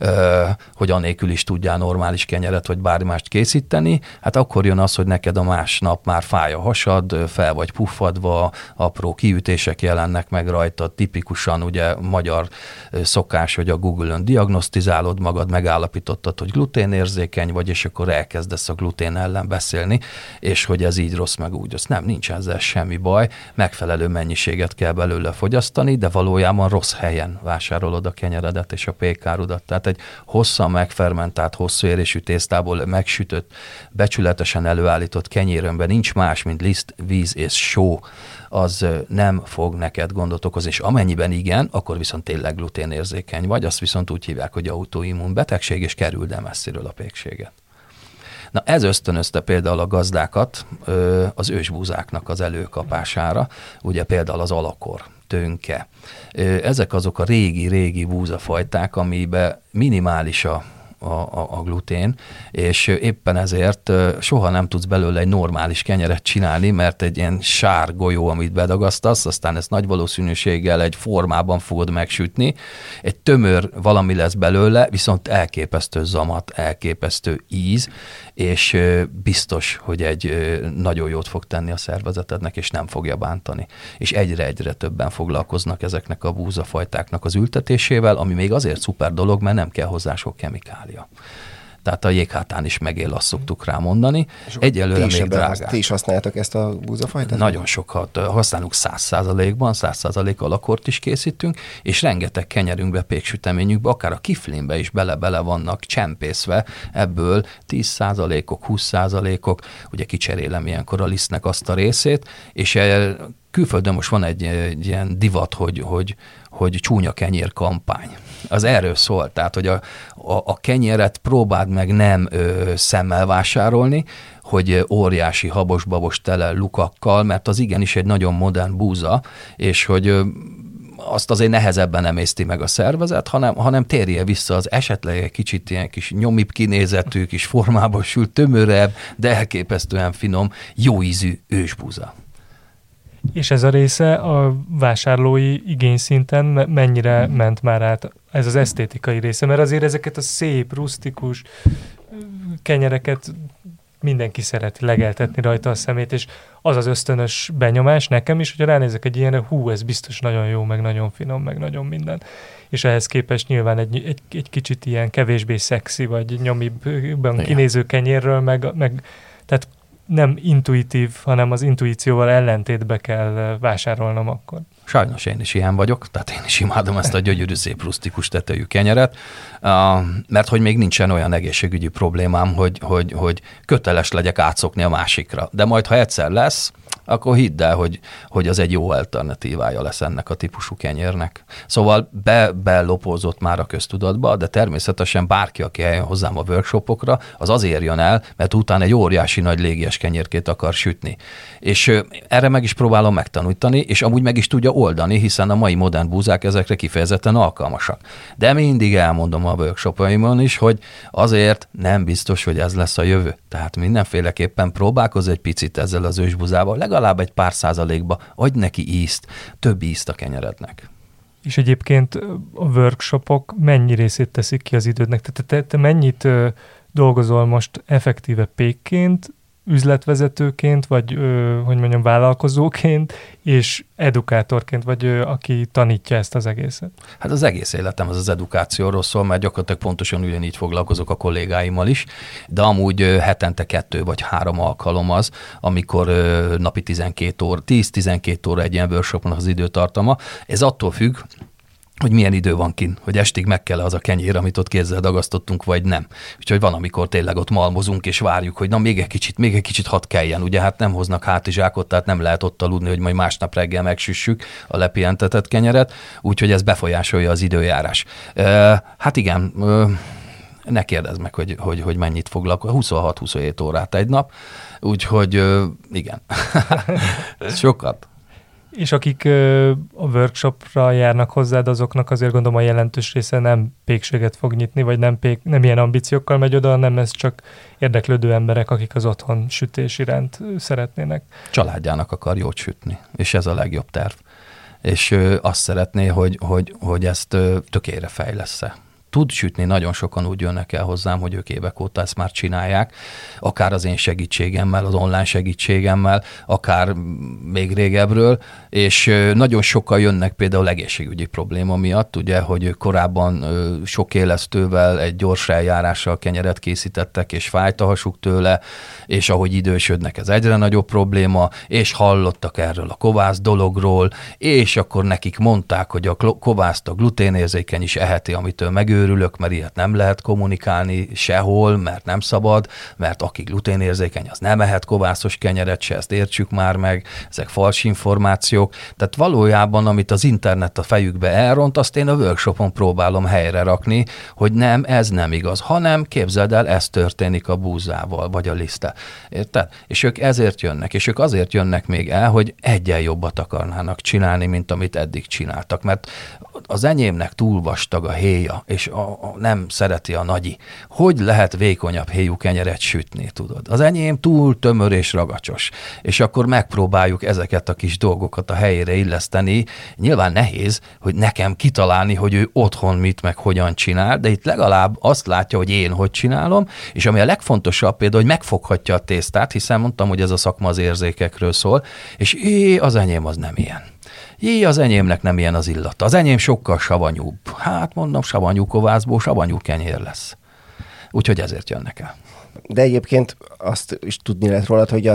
hogy anélkül is tudjál normális kenyeret vagy bármi mást készíteni, hát akkor jön az, hogy neked a másnap már fáj a hasad, fel vagy puffadva, apró kiütések jelennek meg rajta, tipikusan ugye magyar szokás, hogy a Google-ön diagnosztizálod magad, megállapítottad, hogy gluténérzékeny vagy, és akkor elkezdesz a glutén ellen beszélni, és hogy ez így rossz, meg úgy rossz. Nem, nincs ezzel semmi baj, megfelelő mennyiséget kell belőle fogyasztani, de valójában rossz helyen vásárolod a kenyeredet és a pékárudat. Tehát egy hosszan megfermentált, hosszú érésű tésztából megsütött, becsületesen előállított kenyérönben nincs más, mint liszt, víz és só, az nem fog neked gondot okozni, és amennyiben igen, akkor viszont tényleg gluténérzékeny vagy, azt viszont úgy hívják, hogy autoimmun betegség, és kerüld el messziről a pékséget. Na ez ösztönözte például a gazdákat az ősbúzáknak az előkapására, ugye például az alakor, tönke. Ezek azok a régi búzafajták, amiben minimális a glutén, és éppen ezért soha nem tudsz belőle egy normális kenyeret csinálni, mert egy ilyen sár golyó, amit bedagasztasz, aztán ezt nagy valószínűséggel egy formában fogod megsütni, egy tömör valami lesz belőle, viszont elképesztő zamat, elképesztő íz, és biztos, hogy egy nagyon jót fog tenni a szervezetednek, és nem fogja bántani. És egyre többen foglalkoznak ezeknek a búzafajtáknak az ültetésével, ami még azért szuper dolog, mert nem kell hozzá sok kemikália. Tehát a jéghátán is megél, azt szoktuk rá mondani. Egyelőre még drágák. Ti is használjátok ezt a búzafajtát? Nagyon sokat használunk 100%-ban, 100% alakort is készítünk, és rengeteg kenyerünkbe, péksüteményünkbe, akár a kiflinbe is bele vannak csempészve, ebből 10%-ok, 20%-ok, ugye kicserélem ilyenkor a lisztnek azt a részét, és külföldön most van egy ilyen divat, hogy csúnya kenyér kampány. Az erről szól, tehát, hogy a kenyeret próbáld meg nem szemmel vásárolni, hogy óriási habos-babos tele lukakkal, mert az igenis egy nagyon modern búza, és hogy azt azért nehezebben emészti meg a szervezet, hanem térje vissza az esetleg egy kicsit ilyen kis nyomibb kinézetű, kis formába sült, tömörebb, de elképesztően finom, jó ízű ősbúza. És ez a része a vásárlói igényszinten mennyire ment már át ez az esztétikai része? Mert azért ezeket a szép, rusztikus kenyereket mindenki szereti legeltetni rajta a szemét, és az az ösztönös benyomás nekem is, hogyha ránézek egy ilyenre, ez biztos nagyon jó, meg nagyon finom, meg nagyon minden. És ehhez képest nyilván egy kicsit ilyen kevésbé szexi, vagy nyomibban kinéző kenyérről, meg tehát nem intuitív, hanem az intuícióval ellentétbe kell vásárolnom akkor. Sajnos én is ilyen vagyok, tehát én is imádom ezt a gyönyörű szép rusztikus tetejű kenyeret, mert hogy még nincsen olyan egészségügyi problémám, hogy köteles legyek átszokni a másikra. De majd, ha egyszer lesz, akkor hidd el, hogy az egy jó alternatívája lesz ennek a típusú kenyérnek. Szóval belopózott már a köztudatba, de természetesen bárki, aki eljön hozzám a workshopokra, az azért jön el, mert utána egy óriási nagy légies kenyérkét akar sütni. És erre meg is próbálom megtanítani, és amúgy meg is tudja oldani, hiszen a mai modern búzák ezekre kifejezetten alkalmasak. De mindig elmondom a workshopaimon is, hogy azért nem biztos, hogy ez lesz a jövő. Tehát mindenféleképpen próbálkozz egy picit ezzel az ősbúzával, legalább egy pár százalékba, adj neki ízt, több ízt a kenyerednek. És egyébként a workshopok mennyi részét teszik ki az idődnek? Tehát te mennyit dolgozol most effektíve pékként, üzletvezetőként, vagy hogy mondjam, vállalkozóként, és edukátorként, vagy aki tanítja ezt az egészet? Hát az egész életem az edukációról szól, mert gyakorlatilag pontosan ugyanígy foglalkozok a kollégáimmal is, de amúgy hetente 2 vagy 3 alkalom az, amikor napi 10-12 óra egy ilyen workshopnak az időtartama. Ez attól függ, hogy milyen idő van kint, hogy estig meg kell az a kenyér, amit ott kézzel dagasztottunk, vagy nem. Úgyhogy van, amikor tényleg ott malmozunk, és várjuk, hogy na még egy kicsit hadd kelljen. Ugye hát nem hoznak hátizsákot, tehát nem lehet ott aludni, hogy majd másnap reggel megsüssük a lepihentetett kenyeret, úgyhogy ez befolyásolja az időjárás. Hát igen, ne kérdezd meg, hogy mennyit foglalkozol, 26-27 órát egy nap, úgyhogy igen, sokat. És akik a workshopra járnak hozzád, azoknak azért gondolom a jelentős része nem pékséget fog nyitni, vagy nem ilyen ambíciókkal megy oda, hanem ez csak érdeklődő emberek, akik az otthon sütés iránt szeretnének. Családjának akar jót sütni, és ez a legjobb terv. És azt szeretné, hogy ezt tökére fejlessze. Tud sütni, nagyon sokan úgy jönnek el hozzám, hogy ők évek óta ezt már csinálják, akár az én segítségemmel, az online segítségemmel, akár még régebről, és nagyon sokan jönnek például egészségügyi probléma miatt, ugye, hogy korábban sok élesztővel, egy gyors eljárással kenyeret készítettek, és fájt a hasuk tőle, és ahogy idősödnek, ez egyre nagyobb probléma, és hallottak erről a kovász dologról, és akkor nekik mondták, hogy a kovászt a gluténérzékeny is eheti, amitől megőrülök, mert ilyet nem lehet kommunikálni sehol, mert nem szabad, mert aki gluténérzékeny, az nem ehet kovászos kenyeret se, ezt értsük már meg, ezek fals információk. Tehát valójában, amit az internet a fejükbe elront, azt én a workshopon próbálom helyre rakni, hogy nem, ez nem igaz, hanem képzeld el, ez történik a búzával, vagy a liszttel. Érted? És ők ezért jönnek, és ők azért jönnek még el, hogy egyen jobbat akarnának csinálni, mint amit eddig csináltak, mert az enyémnek túl vastag a héja, és nem szereti a nagyi. Hogy lehet vékonyabb héjú kenyeret sütni, tudod? Az enyém túl tömör és ragacsos. És akkor megpróbáljuk ezeket a kis dolgokat a helyére illeszteni. Nyilván nehéz, hogy nekem kitalálni, hogy ő otthon mit meg hogyan csinál, de itt legalább azt látja, hogy én hogy csinálom, és ami a legfontosabb például, hogy megfoghatja a tésztát, hiszen mondtam, hogy ez a szakma az érzékekről szól, és az enyém az nem ilyen. Az enyémnek nem ilyen az illata. Az enyém sokkal savanyúbb. Hát mondom, savanyú kovászból savanyú kenyér lesz. Úgyhogy ezért jönnek el. De egyébként azt is tudni lehet rólad, hogy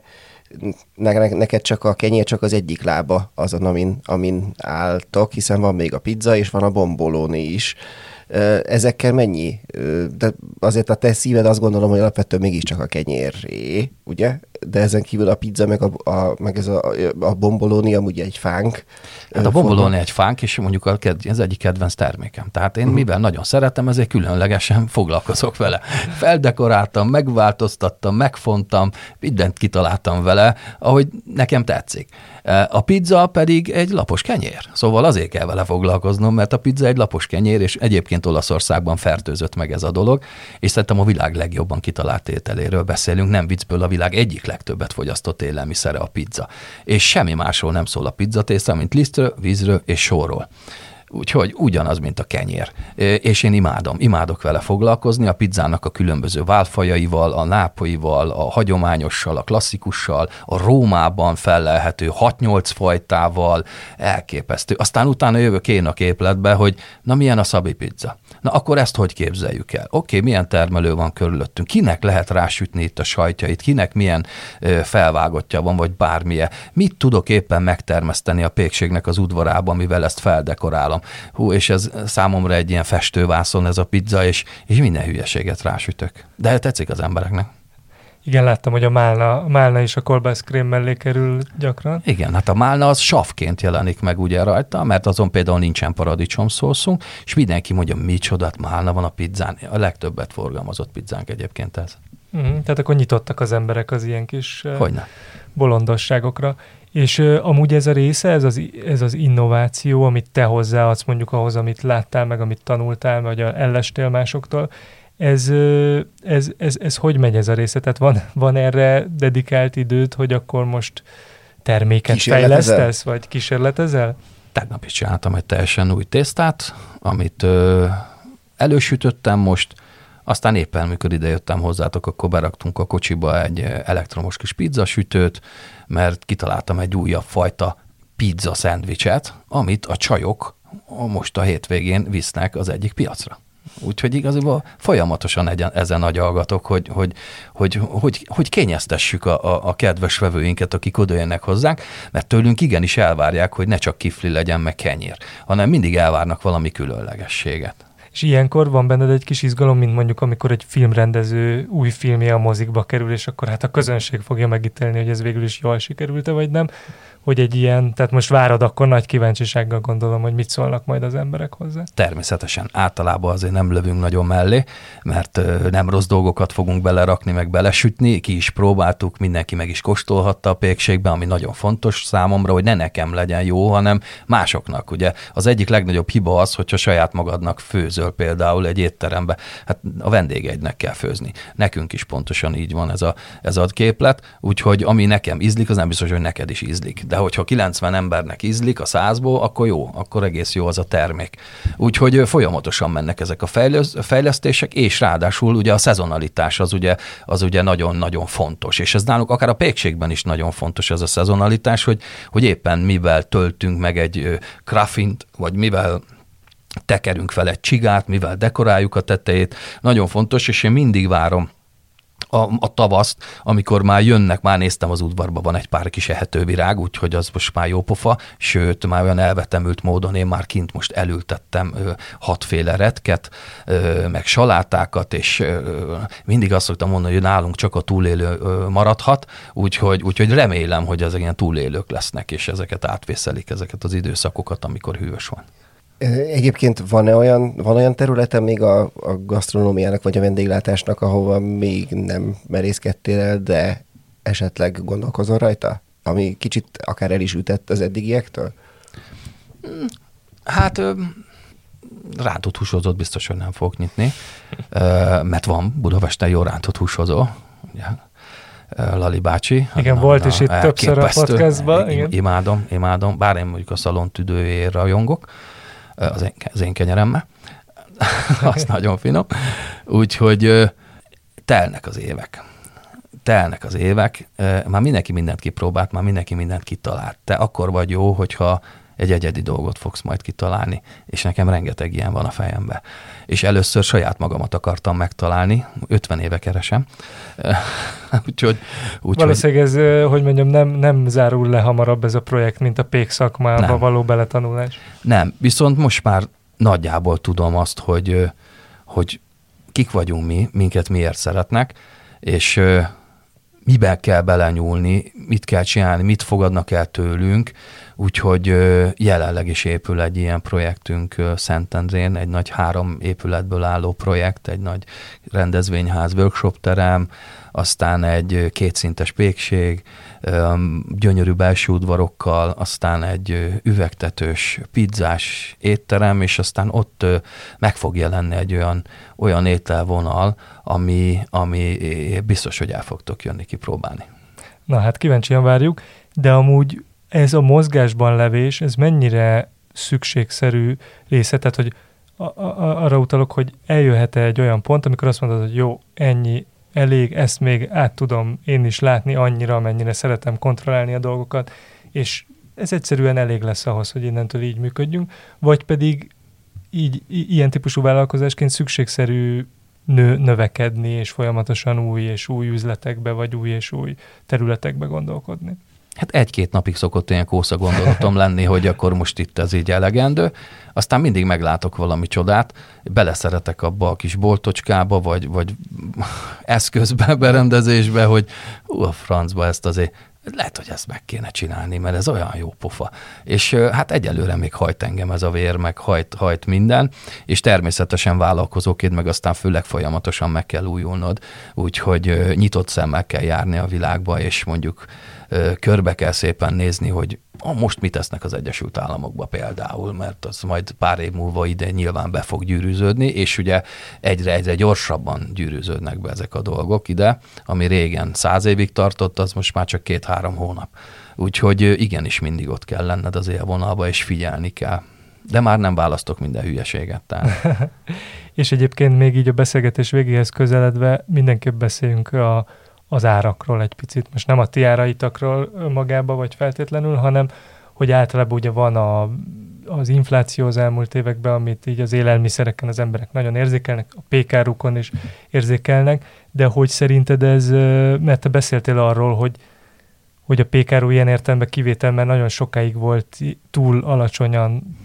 neked csak a kenyér csak az egyik lába azon, amin álltok, hiszen van még a pizza, és van a bombolóni is. Ezekkel mennyi? De azért a te szíved azt gondolom, hogy alapvetően mégiscsak a kenyérré, ugye? De ezen kívül a pizza, meg ez a bombolóni amúgy egy fánk. Hát a bombolóni egy fánk, és mondjuk ez egyik kedvenc termékem. Tehát én mivel nagyon szeretem, ezért különlegesen foglalkozok vele. Feldekoráltam, megváltoztattam, megfontam, mindent kitaláltam vele, ahogy nekem tetszik. A pizza pedig egy lapos kenyér. Szóval azért kell vele foglalkoznom, mert a pizza egy lapos kenyér, és egyébként Olaszországban fertőzött meg ez a dolog, és szerintem a világ legjobban kitalált ételéről beszélünk, nem viccből, a világ egyik legtöbbet fogyasztott élelmiszere a pizza. És semmi másról nem szól a pizzatészta, mint lisztről, vízről és sóról. Úgyhogy ugyanaz, mint a kenyér. És én imádok vele foglalkozni, a pizzának a különböző válfajaival, a nápolyival, a hagyományossal, a klasszikussal, a Rómában fellelhető 6-8 fajtával, elképesztő. Aztán utána jövök én a képletbe, hogy na milyen a szabi pizza? Na akkor ezt hogy képzeljük el? Oké, milyen termelő van körülöttünk? Kinek lehet rásütni itt a sajtjait? Kinek milyen felvágottja van, vagy bármilyen? Mit tudok éppen megtermeszteni a pékségnek az udvarában, mivel ezt feldekorálom? És ez számomra egy ilyen festővászon ez a pizza, és minden hülyeséget rásütök. De tetszik az embereknek. Igen, láttam, hogy a málna is a kolbászkrém mellé kerül gyakran. Igen, hát a málna az savként jelenik meg ugye rajta, mert azon például nincsen paradicsomszószunk, és mindenki mondja, micsodát málna van a pizzán. A legtöbbet forgalmazott pizzánk egyébként ez. Tehát akkor nyitottak az emberek az ilyen kis bolondosságokra. És amúgy ez a része, ez az innováció, amit te hozzáadsz mondjuk ahhoz, amit láttál, meg amit tanultál, vagy ellestél másoktól, ez hogy megy ez a része? Tehát van erre dedikált időd, hogy akkor most terméket fejlesztesz, vagy kísérletezel? Tegnap is csináltam egy teljesen új tésztát, amit elősütöttem most, aztán éppen, mikor idejöttem hozzátok, akkor beraktunk a kocsiba egy elektromos kis pizzasütőt, mert kitaláltam egy újabb fajta pizza szendvicset, amit a csajok most a hétvégén visznek az egyik piacra. Úgyhogy igazából folyamatosan ezen agyalgatok, hogy kényeztessük a kedves vevőinket, akik odajönnek hozzánk, mert tőlünk igenis elvárják, hogy ne csak kifli legyen, meg kenyér, hanem mindig elvárnak valami különlegességet. És ilyenkor van benned egy kis izgalom, mint mondjuk, amikor egy filmrendező új filmje a mozikba kerül, és akkor hát a közönség fogja megítélni, hogy ez végül is jól sikerült-e, vagy nem. Hogy egy ilyen, tehát most várod akkor nagy kíváncsisággal gondolom, hogy mit szólnak majd az emberek hozzá. Természetesen. Általában azért nem lövünk nagyon mellé, mert nem rossz dolgokat fogunk belerakni, meg belesütni. Ki is próbáltuk, mindenki meg is kóstolhatta a pékségben, ami nagyon fontos számomra, hogy ne nekem legyen jó, hanem másoknak. Ugye az egyik legnagyobb hiba az, hogyha saját magadnak főzöl például egy étterembe. Hát a vendégeidnek kell főzni. Nekünk is pontosan így van ez a képlet, úgyhogy ami nekem ízlik, az nem biztos, hogy neked is ízlik. De hogyha 90 embernek ízlik a 100-ból, akkor jó, akkor egész jó az a termék. Úgyhogy folyamatosan mennek ezek a fejlesztések, és ráadásul ugye a szezonalitás az ugye nagyon-nagyon fontos. És ez nálunk akár a pékségben is nagyon fontos ez a szezonalitás, hogy éppen mivel töltünk meg egy kraffint, vagy mivel tekerünk fel egy csigát, mivel dekoráljuk a tetejét. Nagyon fontos, és én mindig várom a tavaszt, amikor már jönnek, már néztem az udvarban, van egy pár kis ehető virág, úgyhogy az most már jó pofa, sőt, már olyan elvetemült módon én már kint most elültettem 6 féle retket, meg salátákat, és mindig azt szoktam mondani, hogy nálunk csak a túlélő maradhat, úgyhogy remélem, hogy ezek ilyen túlélők lesznek, és ezeket átvészelik, ezeket az időszakokat, amikor hűvös van. Egyébként van olyan területen még a gasztronómiának vagy a vendéglátásnak, ahova még nem merészkedtél el, de esetleg gondolkozol rajta? Ami kicsit akár el is ütett az eddigiektől? Hát Rántott húsozót biztos, hogy nem fogok nyitni, mert van Budapesten jó rántott húsozó, ugye? Lali bácsi. Igen, volt is itt többször a podcastban. Imádom, bár én mondjuk a szalon tüdőjéért rajongok, az én kenyeremmel. Az nagyon finom. Úgyhogy telnek az évek. Már mindenki mindent kipróbált, már mindenki mindent kitalált. Te akkor vagy jó, hogyha egy egyedi dolgot fogsz majd kitalálni, és nekem rengeteg ilyen van a fejemben. És először saját magamat akartam megtalálni, 50 éve keresem. Úgyhogy valószínűleg ez, hogy mondjam, nem zárul le hamarabb ez a projekt, mint a pék szakmába való beletanulás. Nem, viszont most már nagyjából tudom azt, hogy kik vagyunk mi, minket miért szeretnek, és miben kell belenyúlni, mit kell csinálni, mit fogadnak el tőlünk, úgyhogy jelenleg is épül egy ilyen projektünk Szentendrén, egy nagy 3 épületből álló projekt, egy nagy rendezvényház, workshop-terem, aztán egy 2 szintes pékség, gyönyörű belső udvarokkal, aztán egy üvegtetős, pizzás étterem, és aztán ott meg fog jelenni egy olyan ételvonal, ami biztos, hogy el fogtok jönni kipróbálni. Na hát kíváncsian várjuk, de amúgy ez a mozgásban levés, ez mennyire szükségszerű része, tehát hogy arra utalok, hogy eljöhet-e egy olyan pont, amikor azt mondod, hogy jó, ennyi, elég, ezt még át tudom én is látni annyira, amennyire szeretem kontrollálni a dolgokat, és ez egyszerűen elég lesz ahhoz, hogy innentől így működjünk, vagy pedig így ilyen típusú vállalkozásként szükségszerű növekedni, és folyamatosan új és új üzletekbe, vagy új és új területekbe gondolkodni. Hát 1-2 napig szokott ilyen kósza gondolatom lenni, hogy akkor most itt ez így elegendő. Aztán mindig meglátok valami csodát, beleszeretek abba a kis boltocskába, vagy eszközbe, berendezésbe, hogy a francba ezt azért, lehet, hogy ezt meg kéne csinálni, mert ez olyan jó pofa. És hát egyelőre még hajt engem ez a vér, meg hajt minden, és természetesen vállalkozóként, meg aztán főleg folyamatosan meg kell újulnod, úgyhogy nyitott szemmel kell járni a világba, és mondjuk körbe kell szépen nézni, hogy most mit tesznek az Egyesült Államokba például, mert az majd pár év múlva ide nyilván be fog gyűrűződni, és ugye egyre gyorsabban gyűrűződnek be ezek a dolgok ide, ami régen 100 évig tartott, az most már csak 2-3 hónap. Úgyhogy igenis mindig ott kell lenned az élvonalba, és figyelni kell. De már nem választok minden hülyeséget. Tehát. És egyébként még így a beszélgetés végéhez közeledve mindenképp beszéljünk az árakról egy picit. Most nem a ti áraitakról magába vagy feltétlenül, hanem hogy általában ugye van az infláció az elmúlt években, amit így az élelmiszereken az emberek nagyon érzékelnek, a pékárukon is érzékelnek, de hogy szerinted ez, mert te beszéltél arról, hogy a pékáru ilyen értelemben kivétel, mert nagyon sokáig volt túl alacsonyan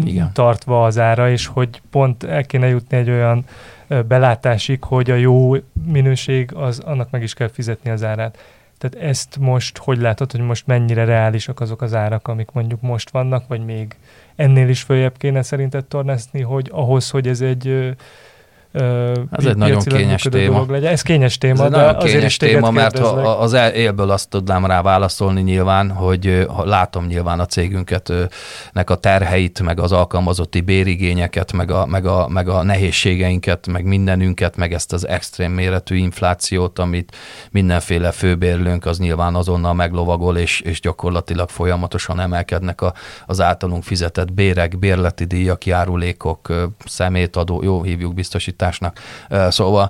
tartva az ára, és hogy pont el kéne jutni egy olyan belátásig, hogy a jó minőség, annak meg is kell fizetni az árát. Tehát ezt most hogy látod, hogy most mennyire reálisak azok az árak, amik mondjuk most vannak, vagy még ennél is följebb kéne szerinted tornászni, hogy ahhoz, hogy ez egy ez egy nagyon kényes téma. Ez kényes téma, de azért is téma, mert az élből azt tudnám rá válaszolni nyilván, hogy látom nyilván a cégünket, nek a terheit, meg az alkalmazotti bérigényeket, meg a nehézségeinket, meg mindenünket, meg ezt az extrém méretű inflációt, amit mindenféle főbérlőnk az nyilván azonnal meglovagol, és gyakorlatilag folyamatosan emelkednek az általunk fizetett bérek, bérleti díjak, járulékok, szemétadó, jó, hívjuk biztosításnak. Szóval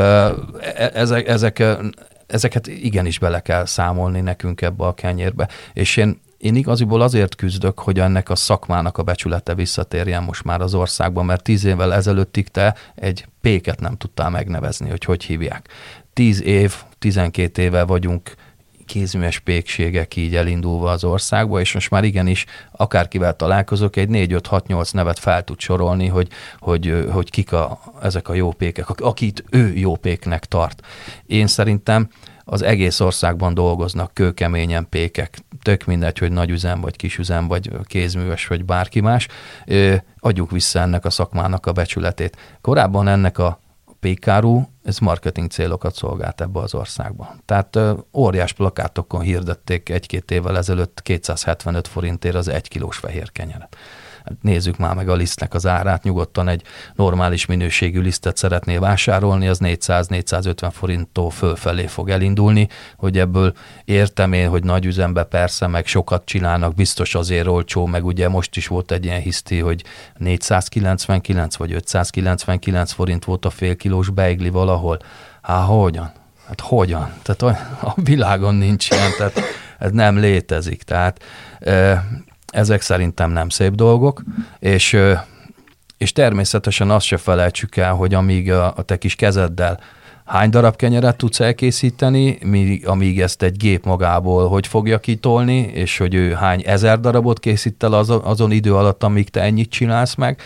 ezeket igenis bele kell számolni nekünk ebbe a kenyérbe. És én igaziból azért küzdök, hogy ennek a szakmának a becsülete visszatérjen most már az országban, mert 10 évvel ezelőttig te egy péket nem tudtál megnevezni, hogy hívják. 10 év, 12 éve vagyunk kézműves pékségek így elindulva az országba, és most már igenis akárkivel találkozok, egy 4-5-6-8 nevet fel tud sorolni, hogy kik ezek a jó pékek, akit ő jó péknek tart. Én szerintem az egész országban dolgoznak kőkeményen pékek, tök mindegy, hogy nagyüzem, vagy kisüzem, vagy kézműves, vagy bárki más, adjuk vissza ennek a szakmának a becsületét. Korábban ennek a pékáru, ez marketing célokat szolgált ebbe az országban. Tehát óriás plakátokon hirdették 1-2 évvel ezelőtt 275 forintért az 1 kilós fehér kenyeret. Nézzük már meg a lisztnek az árát, nyugodtan egy normális minőségű lisztet szeretné vásárolni, az 400-450 forinttól fölfelé fog elindulni, hogy ebből értem én, hogy nagy üzembe persze, meg sokat csinálnak, biztos azért olcsó, meg ugye most is volt egy ilyen hiszti, hogy 499 vagy 599 forint volt a félkilós beigli valahol. Hogyan? Hát hogyan? Tehát a világon nincs ilyen, tehát ez nem létezik. Tehát ezek szerintem nem szép dolgok, és természetesen azt se felejtsük el, hogy amíg a te kis kezeddel hány darab kenyeret tudsz elkészíteni, amíg ezt egy gép magából hogy fogja kitolni, és hogy ő hány 1000 darabot készít el azon idő alatt, amíg te ennyit csinálsz meg.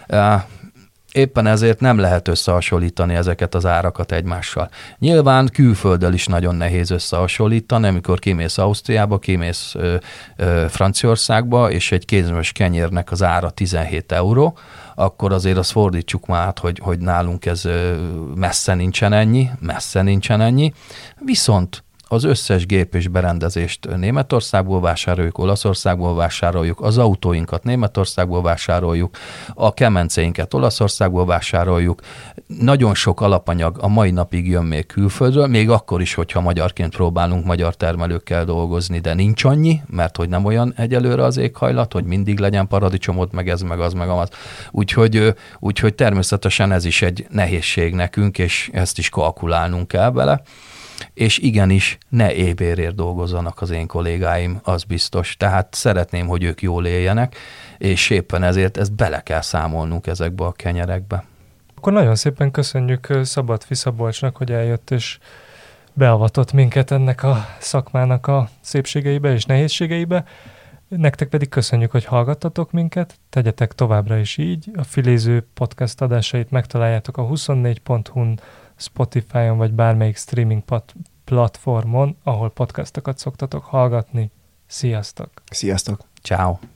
Éppen ezért nem lehet összehasonlítani ezeket az árakat egymással. Nyilván külfölddel is nagyon nehéz összehasonlítani, amikor kimész Ausztriába, kimész Franciaországba, és egy kézműves kenyérnek az ára 17 euró, akkor azért azt fordítsuk már át, hogy nálunk ez messze nincsen ennyi. Viszont az összes gép és berendezést Németországból vásároljuk, Olaszországból vásároljuk, az autóinkat Németországból vásároljuk, a kemencéinket Olaszországból vásároljuk. Nagyon sok alapanyag a mai napig jön még külföldről, még akkor is, hogyha magyarként próbálunk magyar termelőkkel dolgozni, de nincs annyi, mert hogy nem olyan egyelőre az éghajlat, hogy mindig legyen paradicsomod, meg ez, meg az, meg az. Úgyhogy természetesen ez is egy nehézség nekünk, és ezt is kalkulálnunk kell vele. És igenis, ne éhbérért dolgozzanak az én kollégáim, az biztos. Tehát szeretném, hogy ők jól éljenek, és éppen ezért ezt bele kell számolnunk ezekbe a kenyerekbe. Akkor nagyon szépen köszönjük Szabadfi Szabolcsnak, hogy eljött és beavatott minket ennek a szakmának a szépségeibe és nehézségeibe. Nektek pedig köszönjük, hogy hallgattatok minket, tegyetek továbbra is így. A Filéző podcast adásait megtaláljátok a 24.hu-n, Spotify-on vagy bármelyik streaming platformon, ahol podcastokat szoktatok hallgatni. Sziasztok! Sziasztok! Ciao.